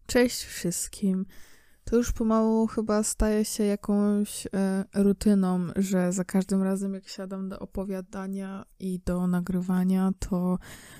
Cześć wszystkim. To już pomału chyba staje się jakąś rutyną, że za każdym razem jak siadam do opowiadania i do nagrywania, to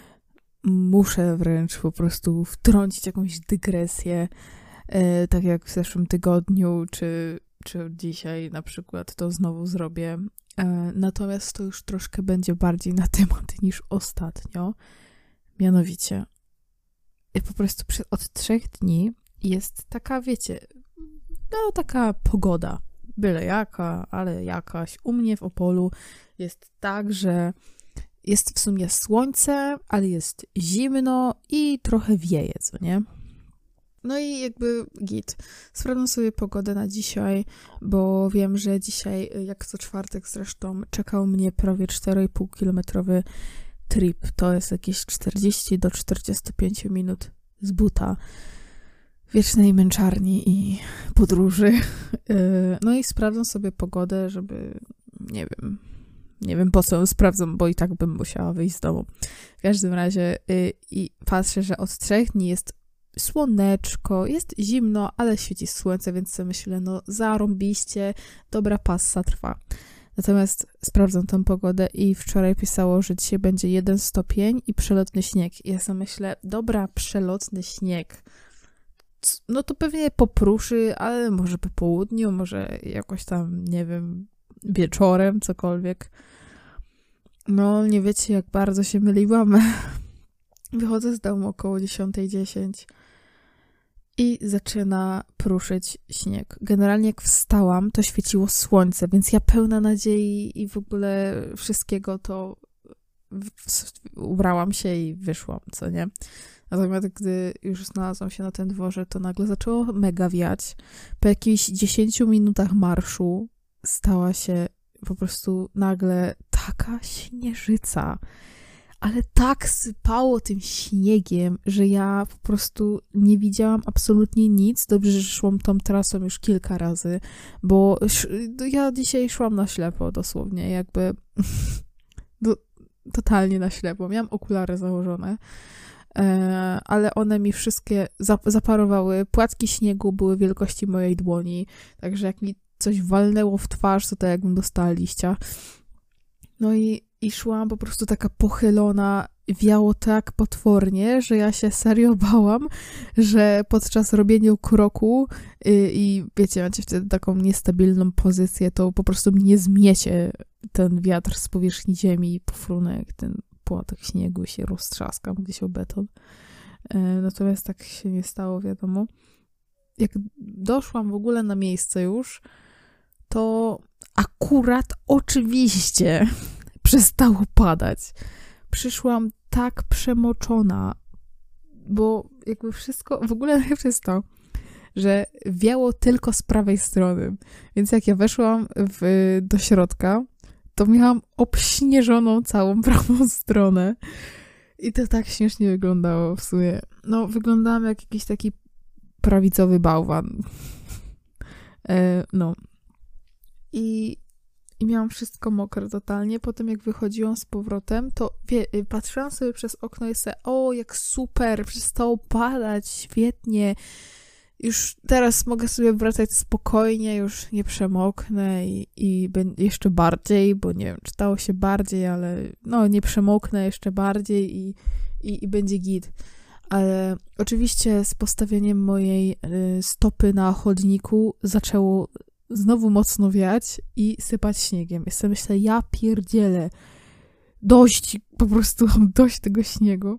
muszę wręcz po prostu wtrącić jakąś dygresję, tak jak w zeszłym tygodniu, czy dzisiaj na przykład to znowu zrobię. Natomiast to już troszkę będzie bardziej na temat niż ostatnio. Mianowicie, po prostu od 3 dni jest taka, wiecie, no taka pogoda, byle jaka, ale jakaś. U mnie w Opolu jest tak, że jest w sumie słońce, ale jest zimno i trochę wieje, co nie? No i jakby git. Sprawdzam sobie pogodę na dzisiaj, bo wiem, że dzisiaj, jak co czwartek zresztą, czekał mnie prawie 4,5-kilometrowy trip. To jest jakieś 40 do 45 minut z buta wiecznej męczarni i podróży. No i sprawdzam sobie pogodę, żeby, nie wiem po co ją sprawdzam, bo i tak bym musiała wyjść z domu. W każdym razie i patrzę, że od 3 dni jest słoneczko, jest zimno, ale świeci słońce, więc sobie myślę, no zarąbiście, dobra passa trwa. Natomiast sprawdzam tą pogodę i wczoraj pisało, że dzisiaj będzie 1 stopień i przelotny śnieg. I ja sobie myślę, dobra, przelotny śnieg. No to pewnie popruszy, ale może po południu, może jakoś tam, nie wiem, wieczorem, cokolwiek. No, nie wiecie, jak bardzo się myliłam. Wychodzę z domu około 10:10 i zaczyna pruszyć śnieg. Generalnie jak wstałam, to świeciło słońce, więc ja pełna nadziei i w ogóle wszystkiego to ubrałam się i wyszłam, co nie? Natomiast gdy już znalazłam się na tym dworze, to nagle zaczęło mega wiać. Po jakichś 10 minutach marszu stała się po prostu nagle taka śnieżyca. Ale tak sypało tym śniegiem, że ja po prostu nie widziałam absolutnie nic. Dobrze, że szłam tą trasą już kilka razy, bo ja dzisiaj szłam na ślepo dosłownie, jakby totalnie na ślepo. Miałam okulary założone, ale one mi wszystkie zaparowały. Płatki śniegu były wielkości mojej dłoni, także jak mi coś walnęło w twarz, to tak jakbym dostała liścia. No i szłam po prostu taka pochylona, wiało tak potwornie, że ja się serio bałam, że podczas robienia kroku i wiecie, macie wtedy taką niestabilną pozycję, to po prostu mnie zmiecie ten wiatr z powierzchni ziemi i pofrunę, jak ten płatek śniegu się roztrzaskam gdzieś o beton. Natomiast tak się nie stało, wiadomo. Jak doszłam w ogóle na miejsce już, to akurat oczywiście przestało padać. Przyszłam tak przemoczona, bo jakby wszystko, w ogóle najlepsze jest to, że wiało tylko z prawej strony. Więc jak ja weszłam do środka, to miałam obśnieżoną całą prawą stronę. I to tak śmiesznie wyglądało w sumie. No, wyglądałam jak jakiś taki prawicowy bałwan. No. I miałam wszystko mokre totalnie. Potem jak wychodziłam z powrotem, to patrzyłam sobie przez okno i sobie, o, jak super, przestało padać, świetnie. Już teraz mogę sobie wracać spokojnie, już nie przemoknę i jeszcze bardziej, bo nie wiem, czytało się bardziej, ale no nie przemoknę jeszcze bardziej i będzie git. Ale oczywiście z postawieniem mojej stopy na chodniku zaczęło znowu mocno wiać i sypać śniegiem. Ja sobie myślę, ja pierdzielę, dość, po prostu mam dość tego śniegu.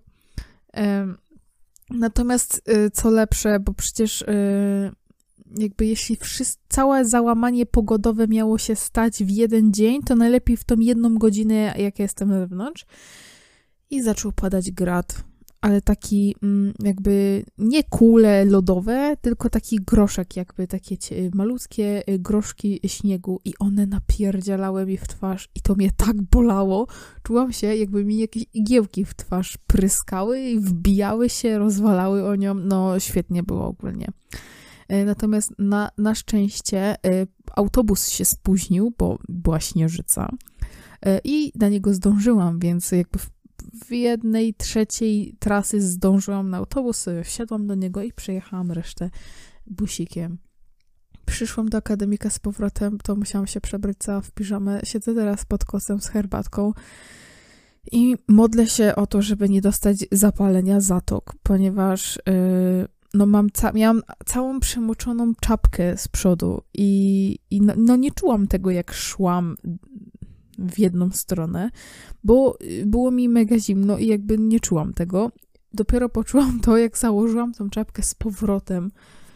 Natomiast co lepsze, bo przecież jakby jeśli całe załamanie pogodowe miało się stać w jeden dzień, to najlepiej w tą 1 godzinę, jak ja jestem na zewnątrz. I zaczął padać grad. Ale taki jakby nie kule lodowe, tylko taki groszek, jakby takie malutkie groszki śniegu i one napierdzielały mi w twarz i to mnie tak bolało. Czułam się, jakby mi jakieś igiełki w twarz pryskały i wbijały się, rozwalały o nią. No świetnie było ogólnie. Natomiast na szczęście autobus się spóźnił, bo była śnieżyca i na niego zdążyłam, więc jakby w 1/3 trasy zdążyłam na autobus, wsiadłam do niego i przejechałam resztę busikiem. Przyszłam do akademika z powrotem, to musiałam się przebrać cała w piżamę. Siedzę teraz pod kocem z herbatką i modlę się o to, żeby nie dostać zapalenia zatok, ponieważ miałam całą przemoczoną czapkę z przodu i nie czułam tego, jak szłam w jedną stronę, bo było mi mega zimno i jakby nie czułam tego. Dopiero poczułam to, jak założyłam tą czapkę z powrotem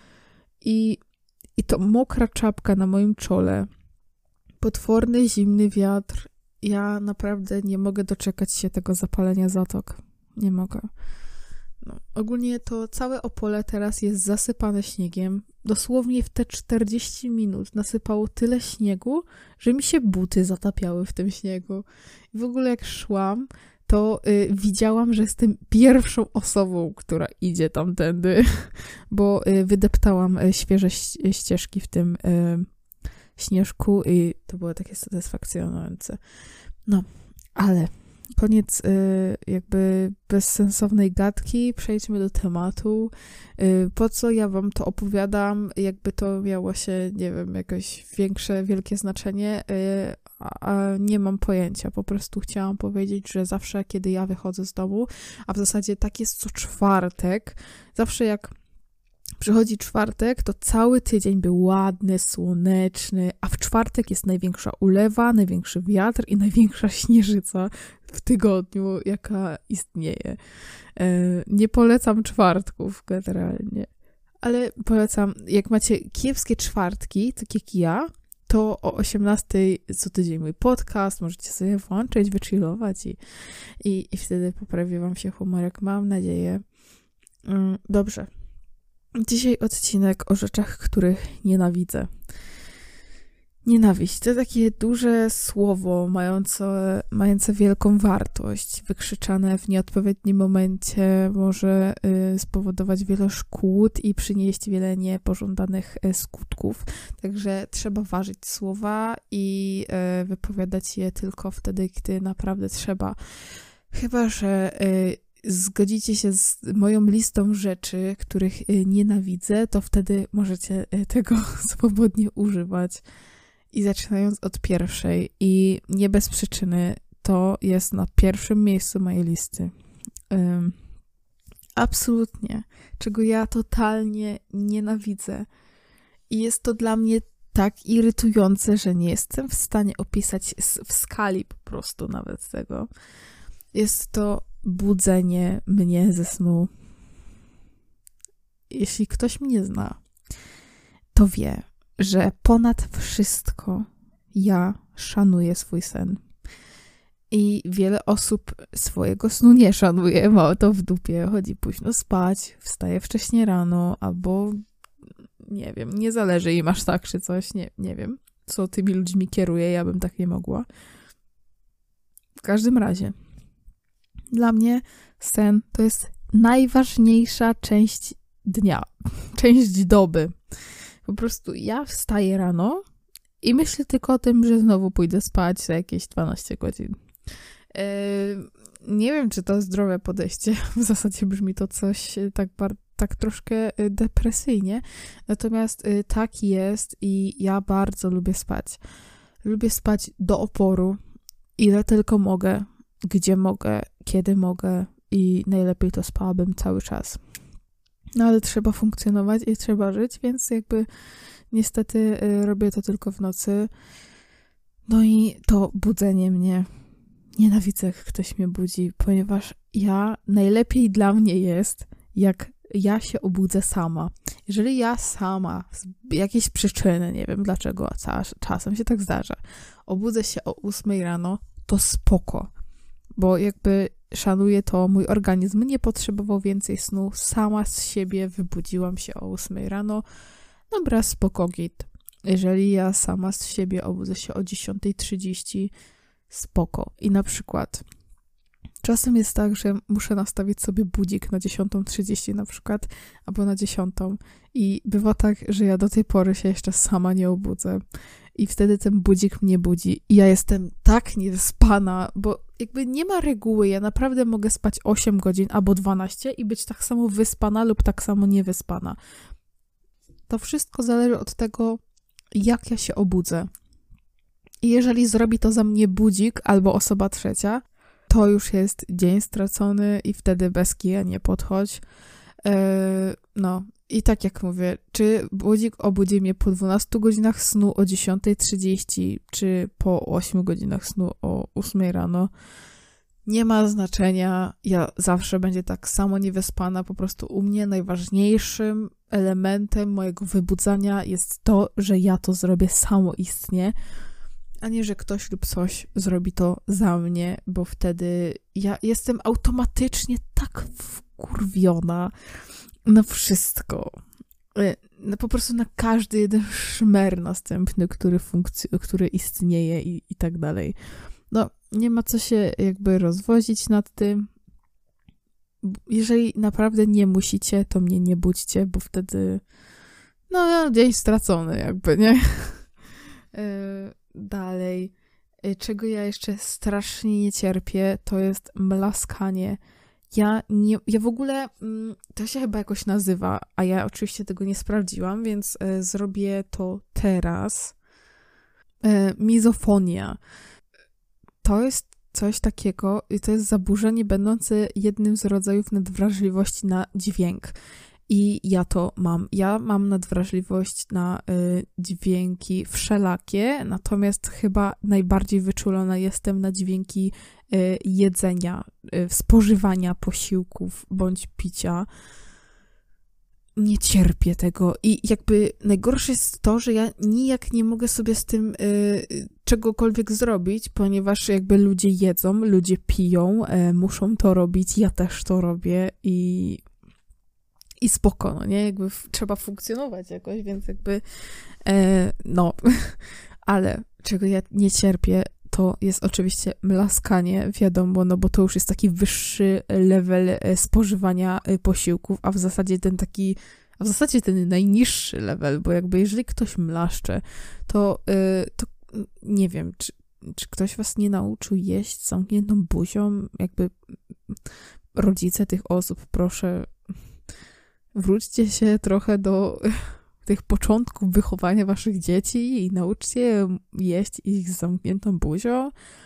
i to mokra czapka na moim czole, potworny, zimny wiatr. Ja naprawdę nie mogę doczekać się tego zapalenia zatok. Nie mogę. Ogólnie to całe Opole teraz jest zasypane śniegiem. Dosłownie w te 40 minut nasypało tyle śniegu, że mi się buty zatapiały w tym śniegu. I w ogóle jak szłam, to widziałam, że jestem pierwszą osobą, która idzie tamtędy, bo wydeptałam świeże ścieżki w tym śnieżku i to było takie satysfakcjonujące. Ale koniec jakby bezsensownej gadki, przejdźmy do tematu. Po co ja wam to opowiadam? Jakby to miało się, nie wiem, jakoś wielkie znaczenie, a nie mam pojęcia. Po prostu chciałam powiedzieć, że zawsze, kiedy ja wychodzę z domu, a w zasadzie tak jest co czwartek, zawsze jak przychodzi czwartek, to cały tydzień był ładny, słoneczny, a w czwartek jest największa ulewa, największy wiatr i największa śnieżyca w tygodniu, jaka istnieje. Nie polecam czwartków generalnie, ale polecam, jak macie kiepskie czwartki, tak jak ja, to o 18:00 co tydzień mój podcast, możecie sobie włączyć, wychillować i wtedy poprawi wam się humorek, mam nadzieję. Dobrze. Dzisiaj odcinek o rzeczach, których nienawidzę. Nienawiść to takie duże słowo mające wielką wartość. Wykrzyczane w nieodpowiednim momencie może spowodować wiele szkód i przynieść wiele niepożądanych skutków. Także trzeba ważyć słowa i wypowiadać je tylko wtedy, gdy naprawdę trzeba. Chyba że zgodzicie się z moją listą rzeczy, których nienawidzę, to wtedy możecie tego swobodnie używać. I zaczynając od pierwszej i nie bez przyczyny, to jest na pierwszym miejscu mojej listy. Absolutnie. Czego ja totalnie nienawidzę. I jest to dla mnie tak irytujące, że nie jestem w stanie opisać w skali po prostu nawet tego. Jest to budzenie mnie ze snu. Jeśli ktoś mnie zna, to wie, że ponad wszystko ja szanuję swój sen. I wiele osób swojego snu nie szanuje, ma to w dupie, chodzi późno spać, wstaje wcześnie rano, albo nie wiem, nie zależy im aż tak, czy coś, nie wiem, co tymi ludźmi kieruje, ja bym tak nie mogła. W każdym razie, dla mnie sen to jest najważniejsza część dnia, część doby. Po prostu ja wstaję rano i myślę tylko o tym, że znowu pójdę spać za jakieś 12 godzin. Nie wiem, czy to zdrowe podejście. W zasadzie brzmi to coś tak troszkę depresyjnie. Natomiast tak jest i ja bardzo lubię spać. Lubię spać do oporu, ile tylko mogę, gdzie mogę, kiedy mogę i najlepiej to spałabym cały czas. No ale trzeba funkcjonować i trzeba żyć, więc jakby niestety robię to tylko w nocy. No i to budzenie mnie. Nienawidzę, jak ktoś mnie budzi, ponieważ najlepiej dla mnie jest, jak ja się obudzę sama. Jeżeli ja sama z jakiejś przyczyny, nie wiem dlaczego, czasem się tak zdarza, obudzę się o 8 rano, to spoko. Bo jakby szanuję to, mój organizm nie potrzebował więcej snu, sama z siebie wybudziłam się o 8 rano, dobra, spoko git. Jeżeli ja sama z siebie obudzę się o 10:30, spoko. I na przykład czasem jest tak, że muszę nastawić sobie budzik na 10:30 na przykład, albo na 10 i bywa tak, że ja do tej pory się jeszcze sama nie obudzę i wtedy ten budzik mnie budzi i ja jestem tak niewyspana, bo jakby nie ma reguły. Ja naprawdę mogę spać 8 godzin albo 12 i być tak samo wyspana lub tak samo niewyspana. To wszystko zależy od tego, jak ja się obudzę. I jeżeli zrobi to za mnie budzik albo osoba trzecia, to już jest dzień stracony i wtedy bez kija nie podchodź. No i tak jak mówię, czy budzik obudzi mnie po 12 godzinach snu o 10:30, czy po 8 godzinach snu o 8 rano, nie ma znaczenia. Ja zawsze będzie tak samo niewyspana. Po prostu u mnie najważniejszym elementem mojego wybudzania jest to, że ja to zrobię samoistnie, a nie, że ktoś lub coś zrobi to za mnie, bo wtedy ja jestem automatycznie tak wkurwiona na wszystko. No, po prostu na każdy jeden szmer następny, który istnieje i tak dalej. No, nie ma co się jakby rozwozić nad tym. Jeżeli naprawdę nie musicie, to mnie nie budźcie, bo wtedy no, dzień stracony jakby, nie? Dalej. Czego ja jeszcze strasznie nie cierpię, to jest mlaskanie. Ja w ogóle, to się chyba jakoś nazywa, a ja oczywiście tego nie sprawdziłam, więc zrobię to teraz. Mizofonia. To jest coś takiego, i to jest zaburzenie będące jednym z rodzajów nadwrażliwości na dźwięk. I ja to mam. Ja mam nadwrażliwość na dźwięki wszelakie, natomiast chyba najbardziej wyczulona jestem na dźwięki jedzenia, spożywania posiłków bądź picia. Nie cierpię tego i jakby najgorsze jest to, że ja nijak nie mogę sobie z tym czegokolwiek zrobić, ponieważ jakby ludzie jedzą, ludzie piją, muszą to robić, ja też to robię i spoko, no nie? Jakby trzeba funkcjonować jakoś, więc jakby no, ale czego ja nie cierpię, to jest oczywiście mlaskanie, wiadomo, no bo to już jest taki wyższy level spożywania posiłków, a w zasadzie ten najniższy level, bo jakby jeżeli ktoś mlaszcze, to nie wiem, czy ktoś was nie nauczył jeść z zamkniętą buzią? Jakby rodzice tych osób, proszę, wróćcie się trochę do tych początków wychowania waszych dzieci i nauczcie je jeść ich z zamkniętą buzią,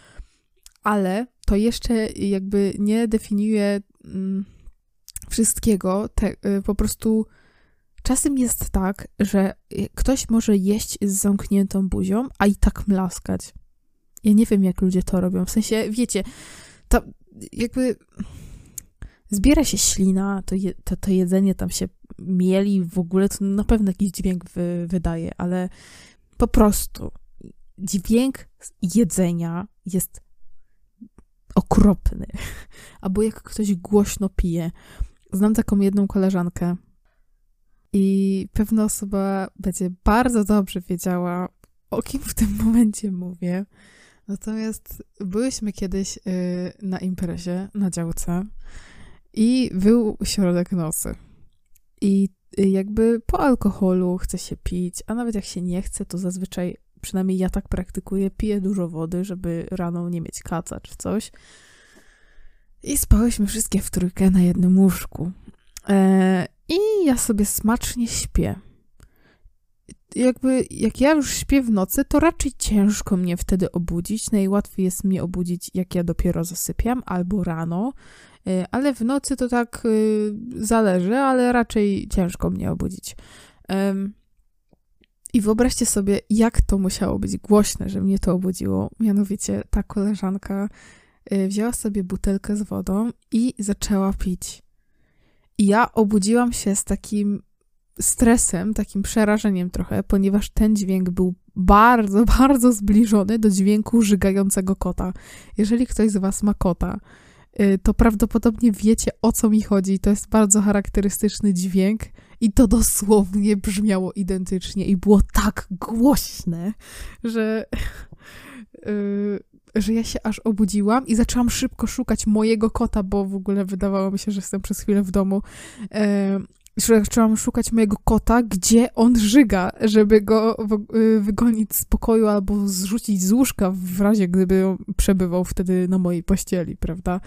ale to jeszcze jakby nie definiuje wszystkiego. Po prostu czasem jest tak, że ktoś może jeść z zamkniętą buzią, a i tak mlaskać. Ja nie wiem, jak ludzie to robią. W sensie, wiecie, to jakby zbiera się ślina, to jedzenie tam się mieli, w ogóle to na pewno jakiś dźwięk wydaje, ale po prostu dźwięk jedzenia jest okropny. Albo jak ktoś głośno pije. Znam taką jedną koleżankę i pewna osoba będzie bardzo dobrze wiedziała, o kim w tym momencie mówię. Natomiast byłyśmy kiedyś na imprezie, na działce i był środek nocy. I jakby po alkoholu chce się pić, a nawet jak się nie chce, to zazwyczaj, przynajmniej ja tak praktykuję, piję dużo wody, żeby rano nie mieć kaca czy coś. I spałyśmy wszystkie w trójkę na jednym łóżku. I ja sobie smacznie śpię. Jakby jak ja już śpię w nocy, to raczej ciężko mnie wtedy obudzić. Najłatwiej jest mnie obudzić, jak ja dopiero zasypiam, albo rano. Ale w nocy to tak zależy, ale raczej ciężko mnie obudzić. I wyobraźcie sobie, jak to musiało być głośne, że mnie to obudziło. Mianowicie ta koleżanka wzięła sobie butelkę z wodą i zaczęła pić. I ja obudziłam się z takim stresem, takim przerażeniem trochę, ponieważ ten dźwięk był bardzo, bardzo zbliżony do dźwięku żygającego kota. Jeżeli ktoś z was ma kota, to prawdopodobnie wiecie, o co mi chodzi. To jest bardzo charakterystyczny dźwięk i to dosłownie brzmiało identycznie i było tak głośne, że ja się aż obudziłam i zaczęłam szybko szukać mojego kota, bo w ogóle wydawało mi się, że jestem przez chwilę w domu. zaczęłam szukać mojego kota, gdzie on żyga, żeby go wygonić z pokoju albo zrzucić z łóżka w razie, gdyby on przebywał wtedy na mojej pościeli, prawda?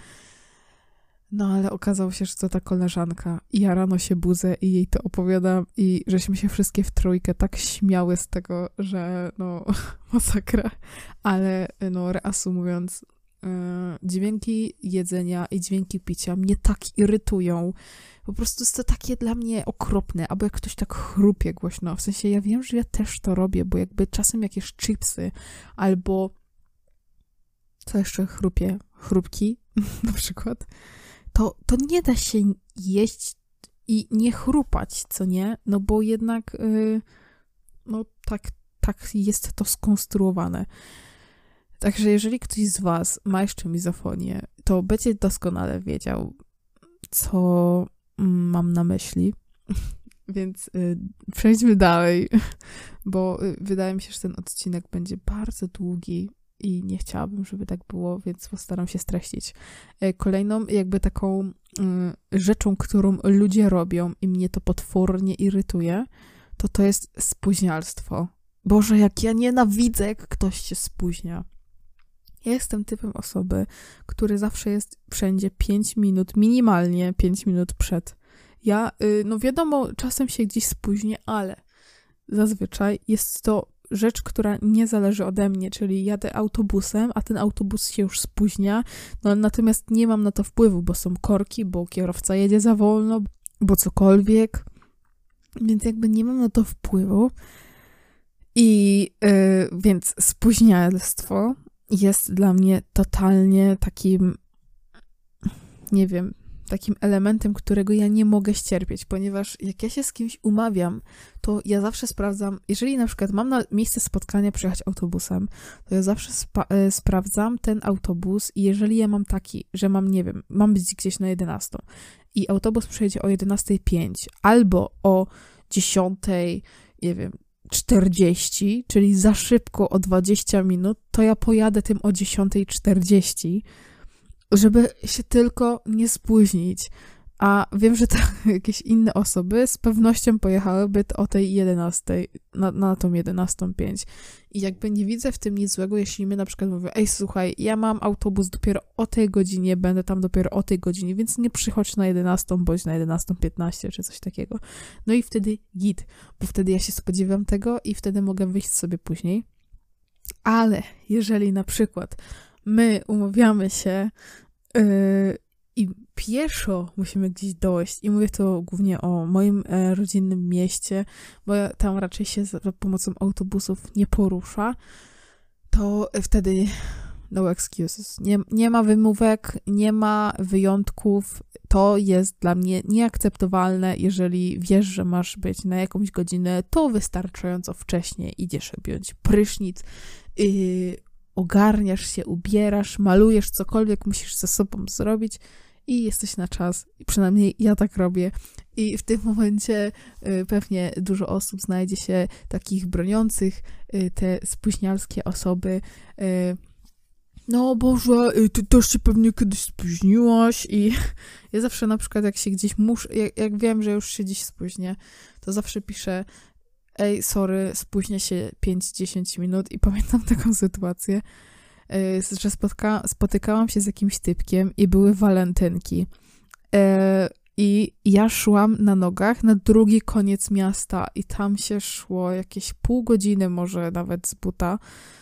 No ale okazało się, że to ta koleżanka i ja rano się budzę i jej to opowiadam i żeśmy się wszystkie w trójkę tak śmiały z tego, że no masakra. Ale no reasumując, dźwięki jedzenia i dźwięki picia mnie tak irytują. Po prostu jest to takie dla mnie okropne, albo jak ktoś tak chrupie głośno. W sensie ja wiem, że ja też to robię, bo jakby czasem jakieś chipsy albo co jeszcze chrupie? Chrupki na przykład. To nie da się jeść i nie chrupać, co nie? No bo jednak no tak jest to skonstruowane. Także jeżeli ktoś z was ma jeszcze mizofonię, to będzie doskonale wiedział, co mam na myśli. Więc przejdźmy dalej, bo wydaje mi się, że ten odcinek będzie bardzo długi i nie chciałabym, żeby tak było, więc postaram się streścić. Kolejną jakby taką rzeczą, którą ludzie robią i mnie to potwornie irytuje, to jest spóźnialstwo. Boże, jak ja nienawidzę, jak ktoś się spóźnia. Ja jestem typem osoby, który zawsze jest wszędzie 5 minut, minimalnie 5 minut przed. Ja, no wiadomo, czasem się gdzieś spóźnię, ale zazwyczaj jest to rzecz, która nie zależy ode mnie, czyli jadę autobusem, a ten autobus się już spóźnia, no natomiast nie mam na to wpływu, bo są korki, bo kierowca jedzie za wolno, bo cokolwiek, więc jakby nie mam na to wpływu i więc spóźnialstwo jest dla mnie totalnie takim, nie wiem, takim elementem, którego ja nie mogę ścierpieć, ponieważ jak ja się z kimś umawiam, to ja zawsze sprawdzam, jeżeli na przykład mam na miejsce spotkania przyjechać autobusem, to ja zawsze sprawdzam ten autobus i jeżeli ja mam taki, że mam, nie wiem, mam być gdzieś na 11 i autobus przyjedzie o 11:05 albo o 10:00, nie wiem, 40, czyli za szybko o 20 minut, to ja pojadę tym o 10:40, żeby się tylko nie spóźnić. A wiem, że jakieś inne osoby z pewnością pojechałyby o tej 11, na tą 11:05. I jakby nie widzę w tym nic złego, jeśli my na przykład mówię, ej, słuchaj, ja mam autobus dopiero o tej godzinie, będę tam dopiero o tej godzinie, więc nie przychodź na 11 bądź na 11:15 czy coś takiego. No i wtedy git, bo wtedy ja się spodziewam tego i wtedy mogę wyjść sobie później. Ale jeżeli na przykład my umawiamy się i pieszo musimy gdzieś dojść, i mówię to głównie o moim rodzinnym mieście, bo tam raczej się za pomocą autobusów nie porusza, to wtedy no excuses. Nie ma wymówek, nie ma wyjątków. To jest dla mnie nieakceptowalne. Jeżeli wiesz, że masz być na jakąś godzinę, to wystarczająco wcześnie idziesz objąć prysznic, ogarniasz się, ubierasz, malujesz, cokolwiek musisz ze sobą zrobić i jesteś na czas. I przynajmniej ja tak robię. I w tym momencie pewnie dużo osób znajdzie się takich broniących te spóźnialskie osoby. No Boże, ty też się pewnie kiedyś spóźniłaś i ja zawsze na przykład jak się gdzieś muszę, jak wiem, że już się dziś spóźnię, to zawsze piszę ej, sorry, spóźnię się 5-10 minut i pamiętam taką sytuację, że spotykałam się z jakimś typkiem i były walentynki. I ja szłam na nogach na drugi koniec miasta i tam się szło jakieś pół godziny może nawet z buta.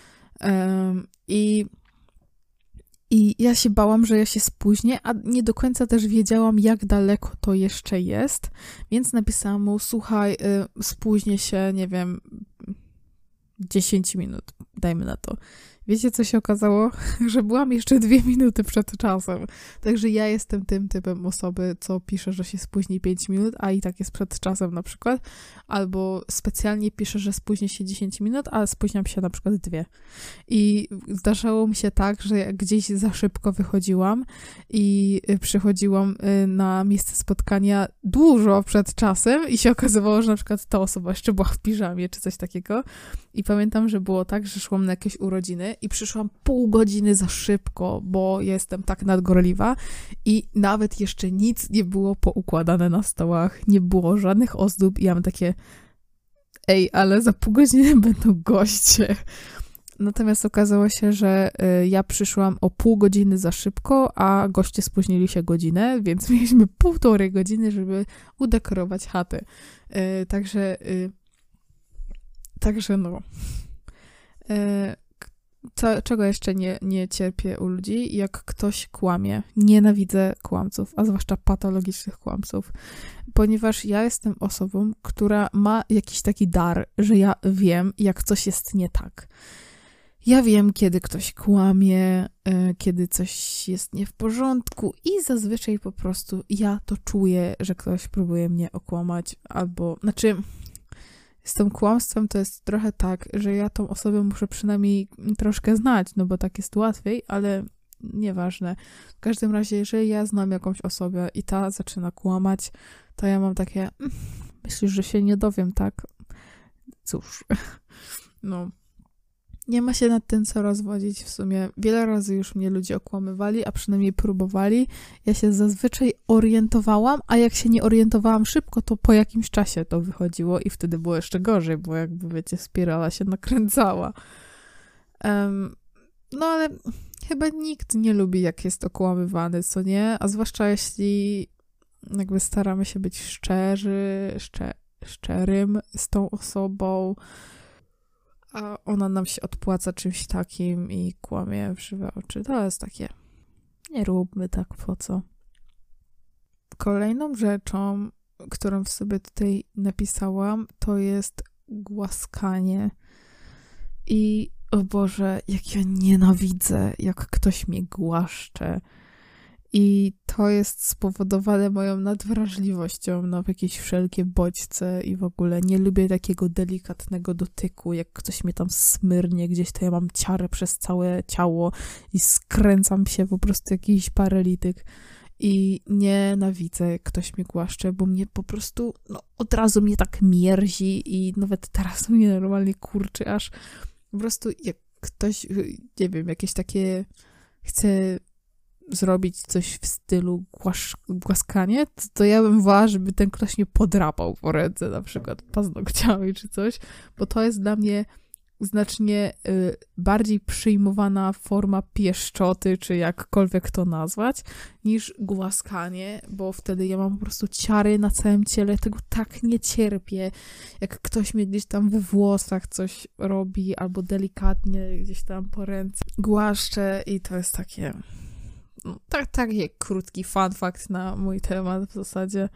I ja się bałam, że ja się spóźnię, a nie do końca też wiedziałam, jak daleko to jeszcze jest, więc napisałam mu, słuchaj, spóźnię się, nie wiem, 10 minut, dajmy na to. Wiecie, co się okazało? Że byłam jeszcze 2 minuty przed czasem. Także ja jestem tym typem osoby, co pisze, że się spóźni 5 minut, a i tak jest przed czasem na przykład. Albo specjalnie pisze, że spóźni się 10 minut, a spóźniam się na przykład 2. I zdarzało mi się tak, że jak gdzieś za szybko wychodziłam i przychodziłam na miejsce spotkania dużo przed czasem i się okazywało, że na przykład ta osoba jeszcze była w piżamie czy coś takiego. I pamiętam, że było tak, że szłam na jakieś urodziny i przyszłam pół godziny za szybko, bo jestem tak nadgorliwa i nawet jeszcze nic nie było poukładane na stołach, nie było żadnych ozdób i ja mam takie ej, ale za pół godziny będą goście. Natomiast okazało się, że ja przyszłam o pół godziny za szybko, a goście spóźnili się godzinę, więc mieliśmy 1,5 godziny, żeby udekorować chatę. Także no. Czego jeszcze nie cierpię u ludzi? Jak ktoś kłamie. Nienawidzę kłamców, a zwłaszcza patologicznych kłamców. Ponieważ ja jestem osobą, która ma jakiś taki dar, że ja wiem, jak coś jest nie tak. Ja wiem, kiedy ktoś kłamie, kiedy coś jest nie w porządku i zazwyczaj po prostu ja to czuję, że ktoś próbuje mnie okłamać z tym kłamstwem to jest trochę tak, że ja tą osobę muszę przynajmniej troszkę znać, no bo tak jest łatwiej, ale nieważne. W każdym razie, jeżeli ja znam jakąś osobę i ta zaczyna kłamać, to ja mam takie, myślisz, że się nie dowiem, tak? Cóż, no. Nie ma się nad tym co rozwodzić w sumie. Wiele razy już mnie ludzie okłamywali, a przynajmniej próbowali. Ja się zazwyczaj orientowałam, a jak się nie orientowałam szybko, to po jakimś czasie to wychodziło i wtedy było jeszcze gorzej, bo jakby wiecie, spirala się nakręcała. No ale chyba nikt nie lubi, jak jest okłamywany, co nie? A zwłaszcza jeśli jakby staramy się być szczerym z tą osobą, a ona nam się odpłaca czymś takim i kłamie w żywe oczy. To jest takie, nie róbmy tak, po co. Kolejną rzeczą, którą w sobie tutaj napisałam, to jest głaskanie. I o Boże, jak ja nienawidzę, jak ktoś mnie głaszcze. I to jest spowodowane moją nadwrażliwością na jakieś wszelkie bodźce i w ogóle nie lubię takiego delikatnego dotyku, jak ktoś mnie tam smyrnie gdzieś, to ja mam ciarę przez całe ciało i skręcam się po prostu jakiś paralityk. I nienawidzę, jak ktoś mnie głaszcze, bo mnie po prostu, od razu mnie tak mierzi i nawet teraz mnie normalnie kurczy, aż po prostu jak ktoś, nie wiem, jakieś takie chce zrobić coś w stylu głaskanie, to ja bym wolała, żeby ten ktoś mnie podrapał po ręce, na przykład paznokciami czy coś, bo to jest dla mnie znacznie bardziej przyjmowana forma pieszczoty, czy jakkolwiek to nazwać, niż głaskanie, bo wtedy ja mam po prostu ciary na całym ciele, tego tak nie cierpię, jak ktoś mnie gdzieś tam we włosach coś robi, albo delikatnie gdzieś tam po ręce głaszcze i to jest takie... taki krótki fun fact na mój temat w zasadzie.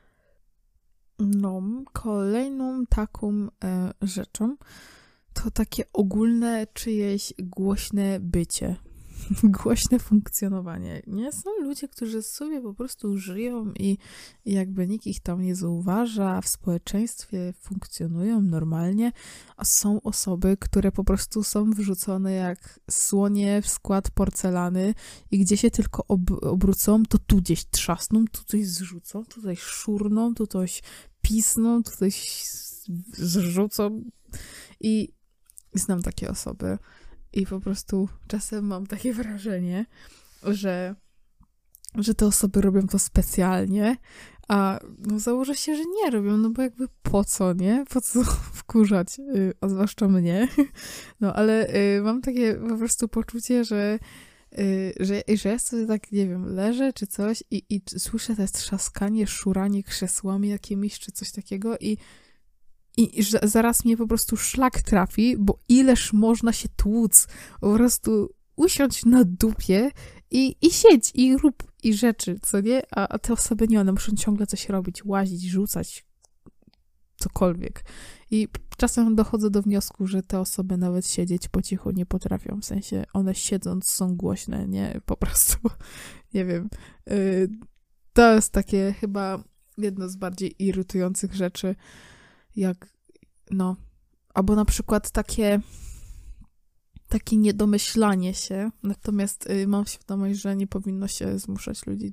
No, kolejną taką rzeczą to takie ogólne czyjeś głośne bycie, głośne funkcjonowanie. Nie są ludzie, którzy sobie po prostu żyją i jakby nikt ich tam nie zauważa, w społeczeństwie funkcjonują normalnie, a są osoby, które po prostu są wrzucone jak słonie w skład porcelany i gdzie się tylko obrócą, to tu gdzieś trzasną, tu coś zrzucą, tutaj szurną, tu coś pisną, tu coś zrzucą i znam takie osoby. I po prostu czasem mam takie wrażenie, że te osoby robią to specjalnie, a założę się, że nie robią, bo jakby po co, nie? Po co wkurzać, a zwłaszcza mnie. Ale mam takie po prostu poczucie, że ja sobie tak, nie wiem, leżę czy coś i słyszę to trzaskanie, szuranie krzesłami jakimiś czy coś takiego i że zaraz mnie po prostu szlak trafi, bo ileż można się tłuc, po prostu usiądź na dupie i siedź i rób i rzeczy, co nie? A te osoby nie, one muszą ciągle coś robić, łazić, rzucać, cokolwiek. I czasem dochodzę do wniosku, że te osoby nawet siedzieć po cichu nie potrafią, w sensie one siedząc są głośne, nie? Po prostu, nie wiem. To jest takie chyba jedno z bardziej irytujących rzeczy, jak, albo na przykład takie niedomyślanie się, natomiast mam świadomość, że nie powinno się zmuszać ludzi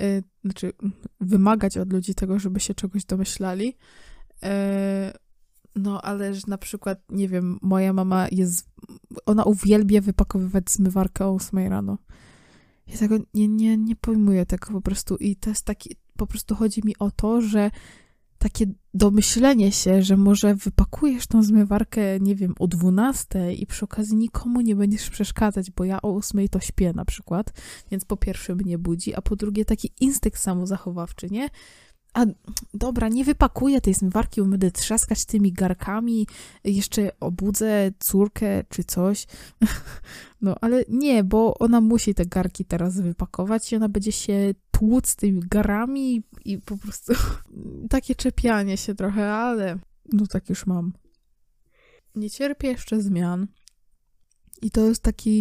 wymagać od ludzi tego, żeby się czegoś domyślali. No, ale że na przykład, nie wiem, moja mama ona uwielbia wypakowywać zmywarkę o 8 rano. Ja tego nie pojmuję tego po prostu i to jest taki, po prostu chodzi mi o to, że takie domyślenie się, że może wypakujesz tą zmywarkę, nie wiem, o 12 i przy okazji nikomu nie będziesz przeszkadzać, bo ja o 8 to śpię na przykład, więc po pierwsze mnie budzi, a po drugie taki instynkt samozachowawczy, nie? A dobra, nie wypakuję tej zmywarki, bo będę trzaskać tymi garkami, jeszcze obudzę córkę czy coś. No, ale nie, bo ona musi te garki teraz wypakować i ona będzie się tłuc tymi garami i po prostu takie czepianie się trochę, ale no tak już mam. Nie cierpię jeszcze zmian i to jest taki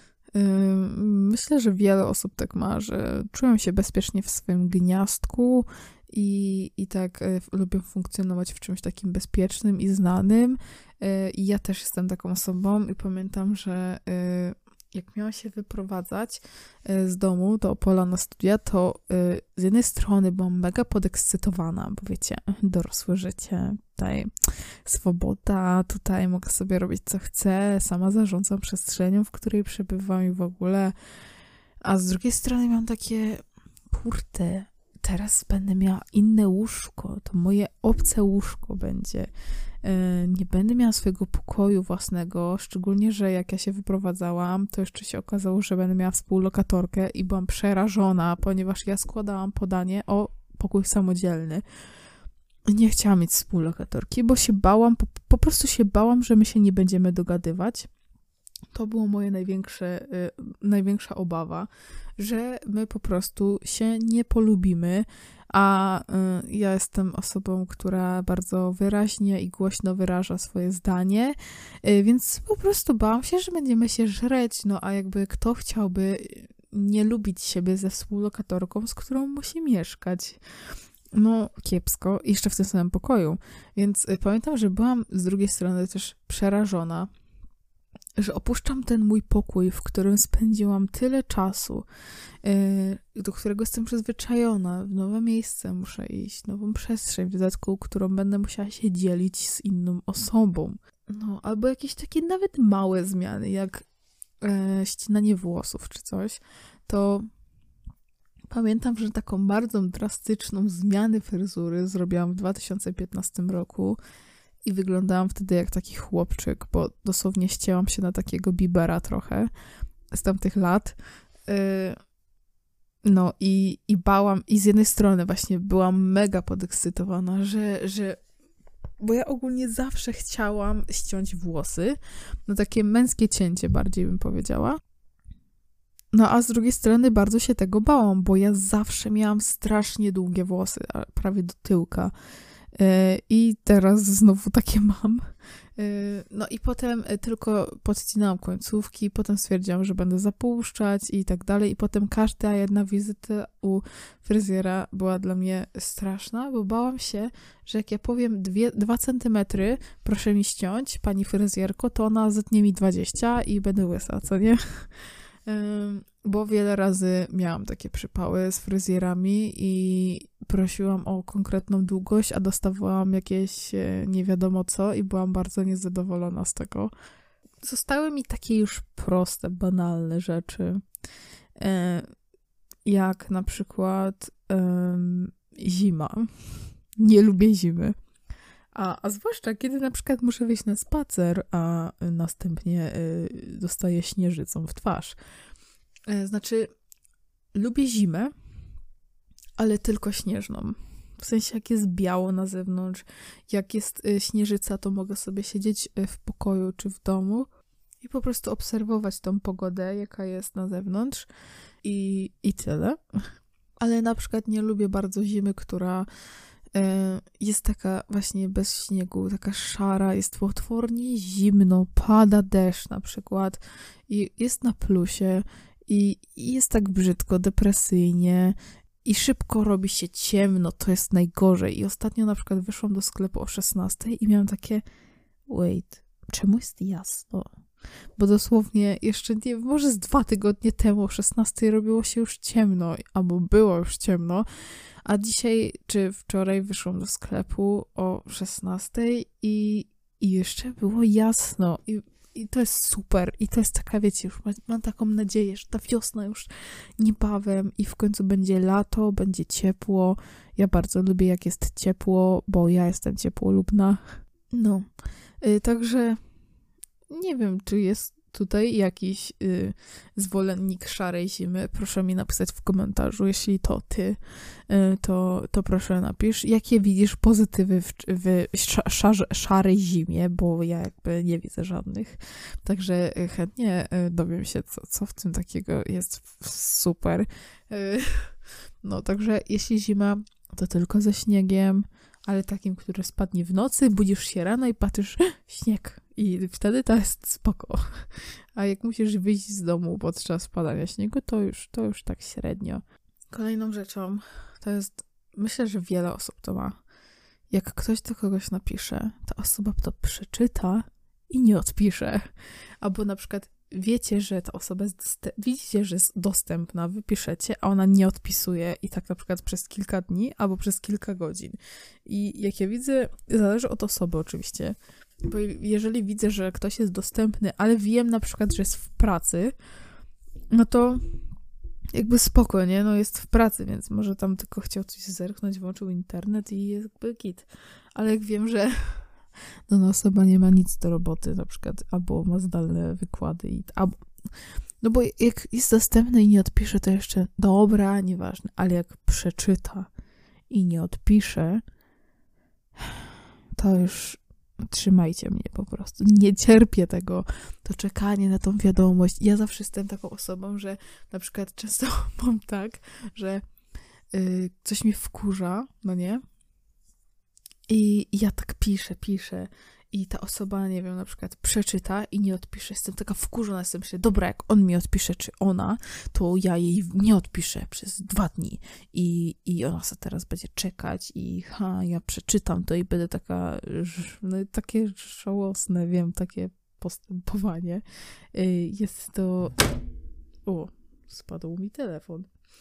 myślę, że wiele osób tak ma, że czują się bezpiecznie w swoim gniazdku i tak lubią funkcjonować w czymś takim bezpiecznym i znanym. I ja też jestem taką osobą i pamiętam, że jak miałam się wyprowadzać z domu do Opola na studia, to z jednej strony byłam mega podekscytowana, bo wiecie, dorosłe życie, tutaj swoboda, tutaj mogę sobie robić co chcę, sama zarządzam przestrzenią, w której przebywam i w ogóle. A z drugiej strony miałam takie, kurde, teraz będę miała inne łóżko, to moje obce łóżko będzie. Nie będę miała swojego pokoju własnego, szczególnie, że jak ja się wyprowadzałam, to jeszcze się okazało, że będę miała współlokatorkę i byłam przerażona, ponieważ ja składałam podanie o pokój samodzielny. Nie chciałam mieć współlokatorki, bo się bałam, po prostu się bałam, że my się nie będziemy dogadywać. To było moje największa obawa, że my po prostu się nie polubimy, a ja jestem osobą, która bardzo wyraźnie i głośno wyraża swoje zdanie, więc po prostu bałam się, że będziemy się żreć, no a jakby kto chciałby nie lubić siebie ze współlokatorką, z którą musi mieszkać. No, kiepsko. I jeszcze w tym samym pokoju. Więc pamiętam, że byłam z drugiej strony też przerażona, że opuszczam ten mój pokój, w którym spędziłam tyle czasu, do którego jestem przyzwyczajona, w nowe miejsce muszę iść, nową przestrzeń, w dodatku, którą będę musiała się dzielić z inną osobą. No, albo jakieś takie nawet małe zmiany, jak ścinanie włosów czy coś, to pamiętam, że taką bardzo drastyczną zmianę fryzury zrobiłam w 2015 roku i wyglądałam wtedy jak taki chłopczyk, bo dosłownie ścięłam się na takiego Biebera trochę z tamtych lat. No i bałam, i z jednej strony właśnie byłam mega podekscytowana, że bo ja ogólnie zawsze chciałam ściąć włosy, no takie męskie cięcie bardziej bym powiedziała. No a z drugiej strony bardzo się tego bałam, bo ja zawsze miałam strasznie długie włosy, prawie do tyłka. I teraz znowu takie mam. No i potem tylko podcinałam końcówki, potem stwierdziłam, że będę zapuszczać i tak dalej. I potem każda jedna wizyta u fryzjera była dla mnie straszna, bo bałam się, że jak ja powiem 2 centymetry, proszę mi ściąć, pani fryzjerko, to ona zetnie mi 20 i będę łysa, co nie? Bo wiele razy miałam takie przypały z fryzjerami i prosiłam o konkretną długość, a dostawałam jakieś nie wiadomo co i byłam bardzo niezadowolona z tego. Zostały mi takie już proste, banalne rzeczy, jak na przykład zima. Nie lubię zimy. A zwłaszcza, kiedy na przykład muszę wyjść na spacer, a następnie dostaję śnieżycą w twarz. Znaczy, lubię zimę, ale tylko śnieżną. W sensie, jak jest biało na zewnątrz, jak jest śnieżyca, to mogę sobie siedzieć w pokoju czy w domu i po prostu obserwować tą pogodę, jaka jest na zewnątrz i tyle. Ale na przykład nie lubię bardzo zimy, która jest taka właśnie bez śniegu, taka szara, jest potwornie zimno, pada deszcz na przykład i jest na plusie i jest tak brzydko, depresyjnie i szybko robi się ciemno, to jest najgorzej. I ostatnio na przykład wyszłam do sklepu o 16 i miałam takie, wait, czemu jest jasno? Bo dosłownie jeszcze nie, może z 2 tygodnie temu o 16 robiło się już ciemno, albo było już ciemno, a dzisiaj czy wczoraj wyszłam do sklepu o 16 i jeszcze było jasno. I to jest super. I to jest taka, wiecie, już mam taką nadzieję, że ta wiosna już niebawem i w końcu będzie lato, będzie ciepło. Ja bardzo lubię, jak jest ciepło, bo ja jestem ciepłolubna. No, także nie wiem, czy jest tutaj jakiś zwolennik szarej zimy. Proszę mi napisać w komentarzu, jeśli to ty, to proszę napisz, jakie widzisz pozytywy w szarej zimie, bo ja jakby nie widzę żadnych. Także chętnie dowiem się, co w tym takiego jest super. No, także jeśli zima, to tylko ze śniegiem, ale takim, który spadnie w nocy, budzisz się rano i patrzysz, śnieg. I wtedy to jest spoko. A jak musisz wyjść z domu podczas padania śniegu, to już tak średnio. Kolejną rzeczą to jest, myślę, że wiele osób to ma. Jak ktoś do kogoś napisze, ta osoba to przeczyta i nie odpisze. Albo na przykład wiecie, że ta osoba jest widzicie, że jest dostępna, wypiszecie, a ona nie odpisuje i tak na przykład przez kilka dni albo przez kilka godzin. I jak ja widzę, zależy od osoby oczywiście, bo jeżeli widzę, że ktoś jest dostępny, ale wiem na przykład, że jest w pracy, no to jakby spoko, nie? No jest w pracy, więc może tam tylko chciał coś zerknąć, włączył internet i jest jakby git. Ale jak wiem, że no osoba nie ma nic do roboty na przykład, albo ma zdalne wykłady, no bo jak jest dostępny i nie odpisze, to jeszcze dobra, nieważne, ale jak przeczyta i nie odpisze, to już trzymajcie mnie po prostu. Nie cierpię tego, to czekanie na tą wiadomość. Ja zawsze jestem taką osobą, że na przykład często mam tak, że coś mnie wkurza, no nie? I ja tak piszę i ta osoba, nie wiem, na przykład przeczyta i nie odpisze. Jestem taka wkurzona, myślę, dobra, jak on mi odpisze, czy ona, to ja jej nie odpiszę przez 2 dni. I ona sobie teraz będzie czekać i ja przeczytam to i będę taka, no takie żałosne, wiem, takie postępowanie. Jest to... O, spadł mi telefon.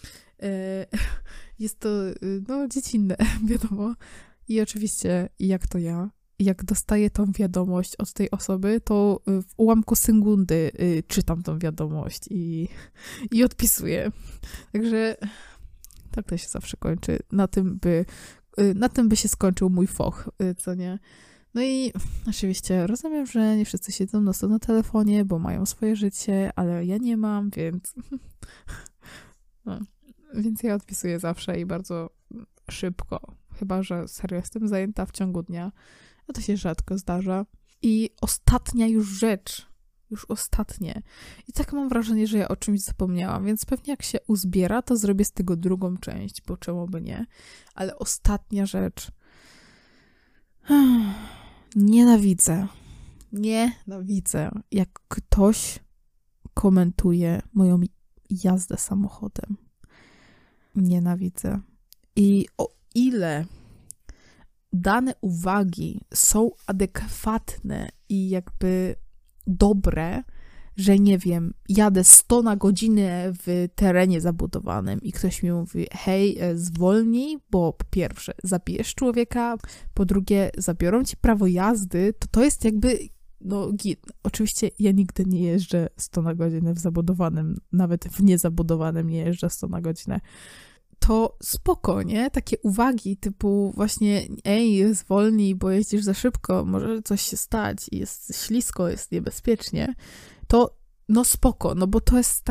Jest to, no, dziecinne, wiadomo. I oczywiście, jak to ja, jak dostaję tą wiadomość od tej osoby, to w ułamku sekundy czytam tą wiadomość i odpisuję. Także tak to się zawsze kończy. Na tym by się skończył mój foch, co nie? No i oczywiście rozumiem, że nie wszyscy siedzą nocą na telefonie, bo mają swoje życie, ale ja nie mam, więc... No, więc ja odpisuję zawsze i bardzo szybko. Chyba że serio jestem zajęta w ciągu dnia, a to się rzadko zdarza. I ostatnia już rzecz, już ostatnie. I tak mam wrażenie, że ja o czymś zapomniałam, więc pewnie jak się uzbiera, to zrobię z tego drugą część, bo czemu by nie. Ale ostatnia rzecz. Nienawidzę, jak ktoś komentuje moją jazdę samochodem. Nienawidzę. I o ile dane uwagi są adekwatne i jakby dobre, że nie wiem, jadę 100 na godzinę w terenie zabudowanym i ktoś mi mówi, hej, zwolnij, bo po pierwsze zabijesz człowieka, po drugie zabiorą ci prawo jazdy, to jest jakby, no git. Oczywiście ja nigdy nie jeżdżę 100 na godzinę w zabudowanym, nawet w niezabudowanym nie jeżdżę 100 na godzinę. To spoko, nie? Takie uwagi typu właśnie zwolnij, bo jeździsz za szybko, może coś się stać, jest ślisko, jest niebezpiecznie, to no spoko, no bo to jest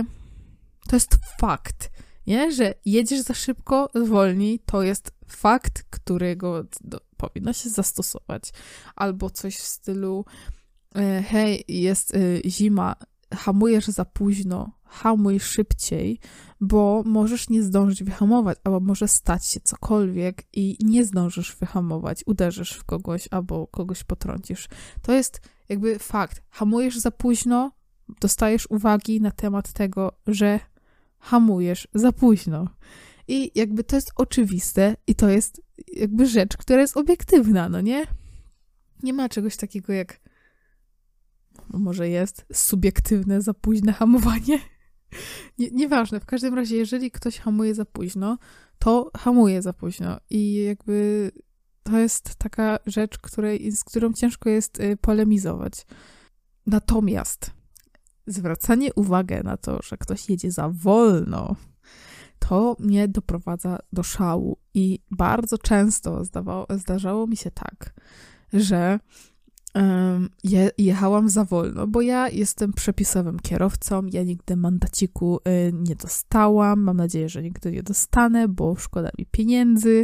fakt, nie? Że jedziesz za szybko, zwolnij, to jest fakt, którego powinno się zastosować. Albo coś w stylu hej, jest zima, hamujesz za późno, hamuj szybciej, bo możesz nie zdążyć wyhamować, albo może stać się cokolwiek i nie zdążysz wyhamować, uderzysz w kogoś albo kogoś potrącisz. To jest jakby fakt. Hamujesz za późno, dostajesz uwagi na temat tego, że hamujesz za późno. I jakby to jest oczywiste i to jest jakby rzecz, która jest obiektywna, no nie? Nie ma czegoś takiego jak Może jest subiektywne za późne hamowanie. Nieważne, w każdym razie, jeżeli ktoś hamuje za późno, to hamuje za późno i jakby to jest taka rzecz, z którą ciężko jest polemizować. Natomiast zwracanie uwagi na to, że ktoś jedzie za wolno, to mnie doprowadza do szału i bardzo często zdarzało mi się tak, że jechałam za wolno, bo ja jestem przepisowym kierowcą, ja nigdy mandaciku nie dostałam, mam nadzieję, że nigdy nie dostanę, bo szkoda mi pieniędzy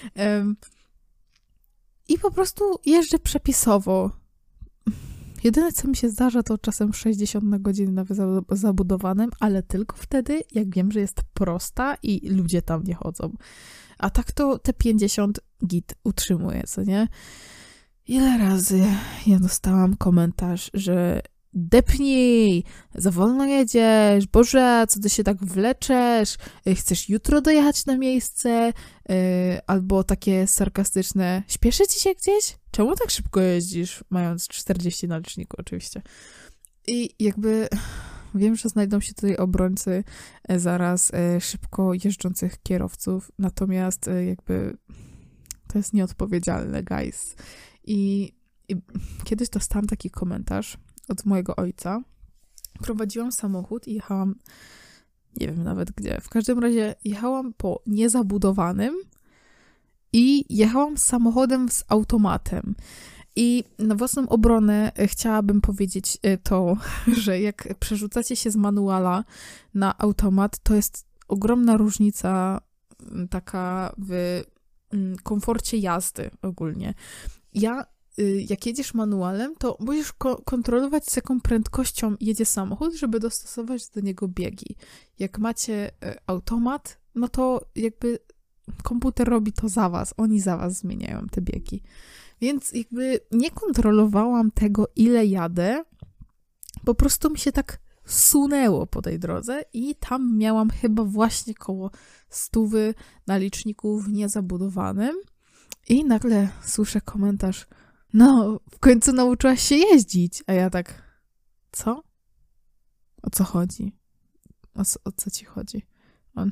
i po prostu jeżdżę przepisowo. Jedyne, co mi się zdarza, to czasem 60 na godzinę na zabudowanym, ale tylko wtedy, jak wiem, że jest prosta i ludzie tam nie chodzą. A tak to te 50 git utrzymuje, co nie? Ile razy ja dostałam komentarz, że depnij, za wolno jedziesz, Boże, co ty się tak wleczesz, chcesz jutro dojechać na miejsce, albo takie sarkastyczne, śpieszy ci się gdzieś? Czemu tak szybko jeździsz, mając 40 na liczniku oczywiście? I jakby wiem, że znajdą się tutaj obrońcy zaraz szybko jeżdżących kierowców, natomiast jakby to jest nieodpowiedzialne, guys. I kiedyś dostałam taki komentarz od mojego ojca. Prowadziłam samochód i jechałam, nie wiem nawet gdzie, w każdym razie jechałam po niezabudowanym i jechałam samochodem z automatem. I na własną obronę chciałabym powiedzieć to, że jak przerzucacie się z manuala na automat, to jest ogromna różnica taka w komforcie jazdy ogólnie. Jak jedziesz manualem, to musisz kontrolować, z jaką prędkością jedzie samochód, żeby dostosować do niego biegi. Jak macie automat, no to jakby komputer robi to za was, oni za was zmieniają te biegi. Więc jakby nie kontrolowałam tego, ile jadę, po prostu mi się tak sunęło po tej drodze i tam miałam chyba właśnie koło 100 na liczniku w niezabudowanym i nagle słyszę komentarz: no, w końcu nauczyłaś się jeździć. A ja tak, co? O co chodzi? O co ci chodzi? On,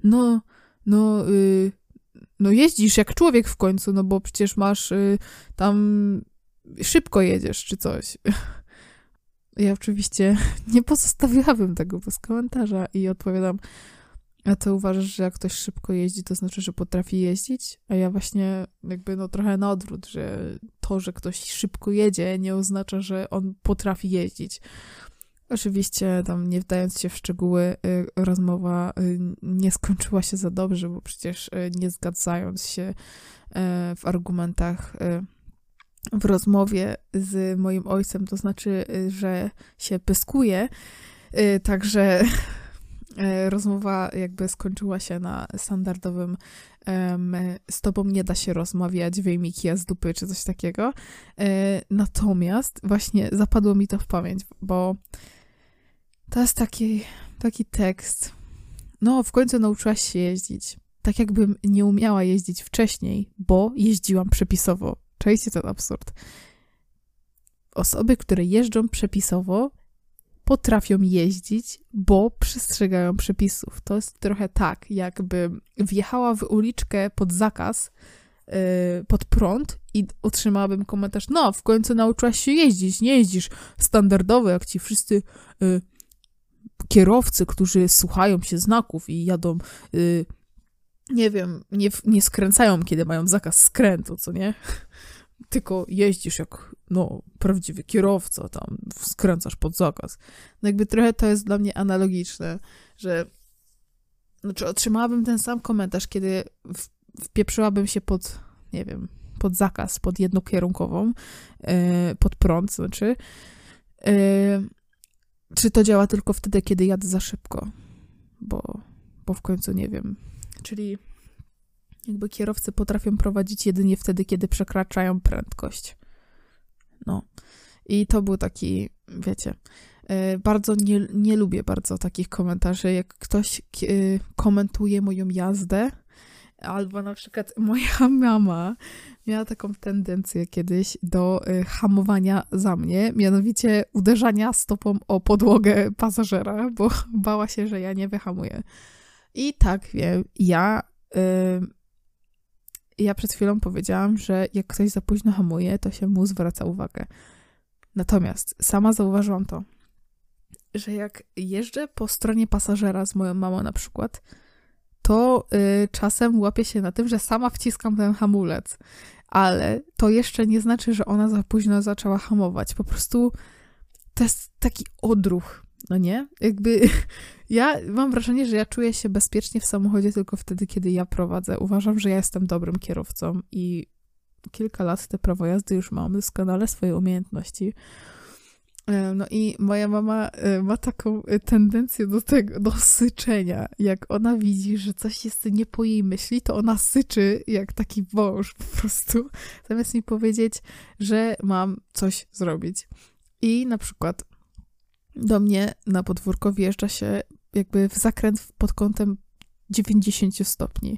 no jeździsz jak człowiek w końcu, no bo przecież masz tam, szybko jedziesz czy coś. Ja oczywiście nie pozostawiłabym tego bez komentarza i odpowiadam: a ty uważasz, że jak ktoś szybko jeździ, to znaczy, że potrafi jeździć? A ja właśnie jakby trochę na odwrót, że to, że ktoś szybko jedzie, nie oznacza, że on potrafi jeździć. Oczywiście tam nie wdając się w szczegóły, rozmowa nie skończyła się za dobrze, bo przecież nie zgadzając się w argumentach w rozmowie z moim ojcem, to znaczy, że się pyskuje, także rozmowa jakby skończyła się na standardowym z tobą nie da się rozmawiać, wyjmij kija z dupy, czy coś takiego. Natomiast właśnie zapadło mi to w pamięć, bo to jest taki tekst. No, w końcu nauczyłaś się jeździć. Tak jakbym nie umiała jeździć wcześniej, bo jeździłam przepisowo. Czujecie ten absurd? Osoby, które jeżdżą przepisowo, potrafią jeździć, bo przestrzegają przepisów. To jest trochę tak, jakby wjechała w uliczkę pod zakaz, pod prąd i otrzymałabym komentarz: no, w końcu nauczyłaś się jeździć, nie jeździsz standardowo, jak ci wszyscy kierowcy, którzy słuchają się znaków i jadą, nie wiem, nie skręcają, kiedy mają zakaz skrętu, co nie? Tylko jeździsz jak, prawdziwy kierowca, tam skręcasz pod zakaz. No jakby trochę to jest dla mnie analogiczne, że otrzymałabym ten sam komentarz, kiedy wpieprzyłabym się pod, nie wiem, pod zakaz, pod jednokierunkową, pod prąd, znaczy, czy to działa tylko wtedy, kiedy jadę za szybko, bo w końcu nie wiem. Czyli jakby kierowcy potrafią prowadzić jedynie wtedy, kiedy przekraczają prędkość. No. I to był taki, wiecie, bardzo nie lubię bardzo takich komentarzy, jak ktoś komentuje moją jazdę Albo na przykład moja mama miała taką tendencję kiedyś do hamowania za mnie, mianowicie uderzania stopą o podłogę pasażera, bo bała się, że ja nie wyhamuję. I tak wiem, ja przed chwilą powiedziałam, że jak ktoś za późno hamuje, to się mu zwraca uwagę. Natomiast sama zauważyłam to, że jak jeżdżę po stronie pasażera z moją mamą na przykład, to czasem łapię się na tym, że sama wciskam ten hamulec. Ale to jeszcze nie znaczy, że ona za późno zaczęła hamować. Po prostu to jest taki odruch, no nie? Jakby ja mam wrażenie, że ja czuję się bezpiecznie w samochodzie tylko wtedy, kiedy ja prowadzę. Uważam, że ja jestem dobrym kierowcą i kilka lat te prawo jazdy już mam, doskonale swoje umiejętności. No i moja mama ma taką tendencję do syczenia. Jak ona widzi, że coś jest nie po jej myśli, to ona syczy jak taki wąż po prostu, zamiast mi powiedzieć, że mam coś zrobić. I na przykład do mnie na podwórko wjeżdża się jakby w zakręt pod kątem 90 stopni.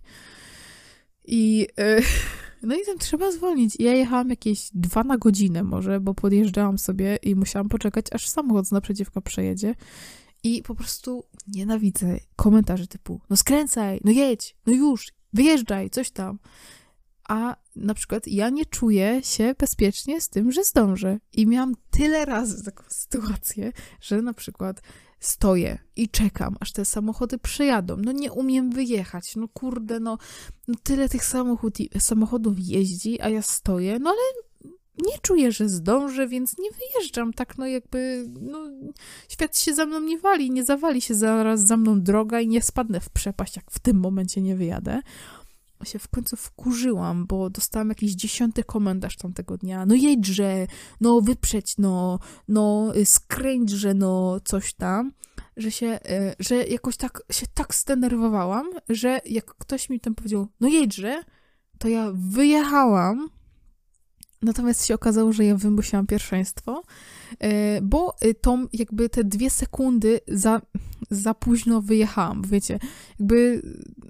No i tam trzeba zwolnić. Ja jechałam jakieś 2 na godzinę może, bo podjeżdżałam sobie i musiałam poczekać, aż samochód z naprzeciwka przejedzie. I po prostu nienawidzę komentarzy typu, no skręcaj, no jedź, no już, wyjeżdżaj, coś tam. A na przykład ja nie czuję się bezpiecznie z tym, że zdążę. I miałam tyle razy taką sytuację, że na przykład stoję i czekam, aż te samochody przyjadą. No nie umiem wyjechać, no kurde, no tyle tych samochodów jeździ, a ja stoję, no ale nie czuję, że zdążę, więc nie wyjeżdżam, tak no jakby, no świat się za mną nie wali, nie zawali się zaraz za mną droga i nie spadnę w przepaść, jak w tym momencie nie wyjadę. Się w końcu wkurzyłam, bo dostałam jakiś 10. komentarz tamtego dnia. No jedźże, no wyprzedź, no skręćże, no coś tam, że jakoś tak zdenerwowałam, że jak ktoś mi tam powiedział, no jedźże, to ja wyjechałam, natomiast się okazało, że ja wymusiłam pierwszeństwo, bo jakby te 2 sekundy za późno wyjechałam, wiecie, jakby...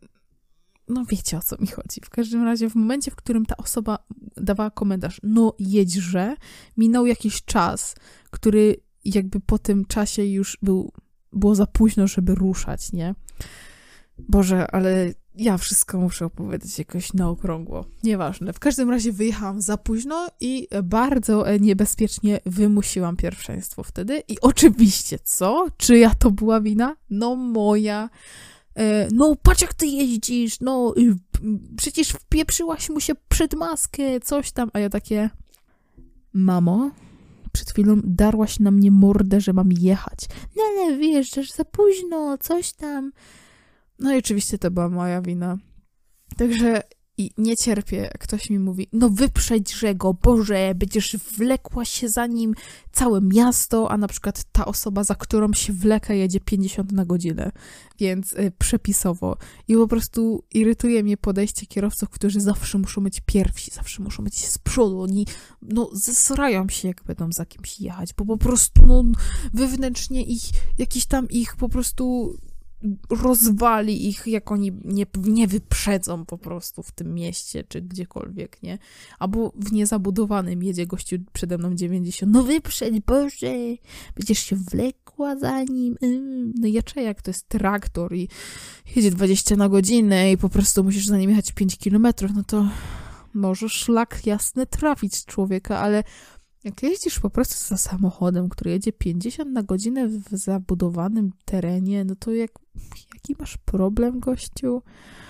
No wiecie, o co mi chodzi. W każdym razie w momencie, w którym ta osoba dawała komentarz, no jedźże, minął jakiś czas, który jakby po tym czasie już było za późno, żeby ruszać, nie? Boże, ale ja wszystko muszę opowiadać jakoś na okrągło. Nieważne. W każdym razie wyjechałam za późno i bardzo niebezpiecznie wymusiłam pierwszeństwo wtedy. I oczywiście, co? Czyja to była wina? No moja... No patrz jak ty jeździsz, no przecież wpieprzyłaś mu się przed maskę, coś tam, a ja takie, mamo, przed chwilą darłaś na mnie mordę, że mam jechać, no ale wyjeżdżasz za późno, coś tam, no i oczywiście to była moja wina, także i nie cierpię, jak ktoś mi mówi, no wyprzedźże go, Boże, będziesz wlekła się za nim całe miasto, a na przykład ta osoba, za którą się wleka, jedzie 50 na godzinę, więc przepisowo. I po prostu irytuje mnie podejście kierowców, którzy zawsze muszą być pierwsi, zawsze muszą być z przodu, oni zesrają się, jak będą za kimś jechać, bo po prostu wewnętrznie ich po prostu... rozwali ich, jak oni nie wyprzedzą po prostu w tym mieście, czy gdziekolwiek, nie? Albo w niezabudowanym jedzie gościu przede mną 90. No wyprzedź, Boże! Będziesz się wlekła za nim. No ja czuję, jak to jest traktor i jedzie 20 na godzinę i po prostu musisz za nim jechać 5 kilometrów, no to możesz szlak jasny trafić człowieka, ale jak jeździsz po prostu za samochodem, który jedzie 50 na godzinę w zabudowanym terenie, no to jaki masz problem, gościu?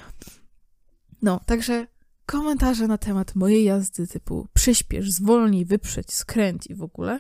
No, także komentarze na temat mojej jazdy typu przyspiesz, zwolnij, wyprzedź, skręć i w ogóle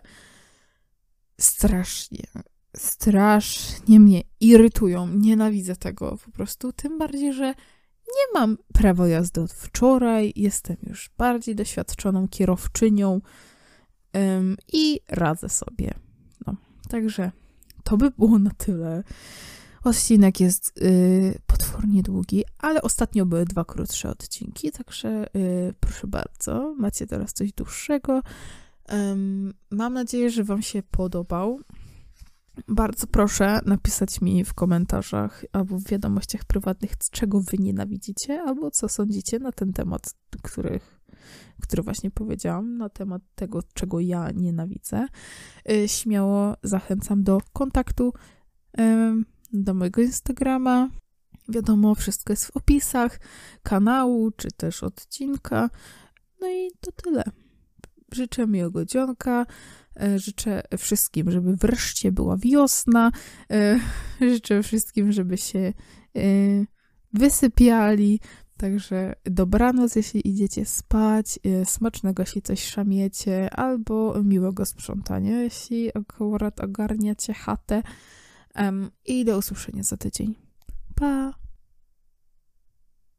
strasznie mnie irytują. Nienawidzę tego po prostu, tym bardziej, że nie mam prawa jazdy od wczoraj, jestem już bardziej doświadczoną kierowczynią, i radzę sobie. No, także to by było na tyle. Odcinek jest potwornie długi, ale ostatnio były 2 krótsze odcinki, także proszę bardzo, macie teraz coś dłuższego. Mam nadzieję, że wam się podobał. Bardzo proszę napisać mi w komentarzach albo w wiadomościach prywatnych, czego wy nienawidzicie, albo co sądzicie na ten temat, który właśnie powiedziałam, na temat tego, czego ja nienawidzę. Śmiało zachęcam do kontaktu, do mojego Instagrama. Wiadomo, wszystko jest w opisach kanału, czy też odcinka. No i to tyle. Życzę miłego dzionka. Życzę wszystkim, żeby wreszcie była wiosna. Życzę wszystkim, żeby się wysypiali. Także dobranoc, jeśli idziecie spać. Smacznego, jeśli coś szamiecie. Albo miłego sprzątania, jeśli akurat ogarniacie chatę. I do usłyszenia za tydzień. Pa!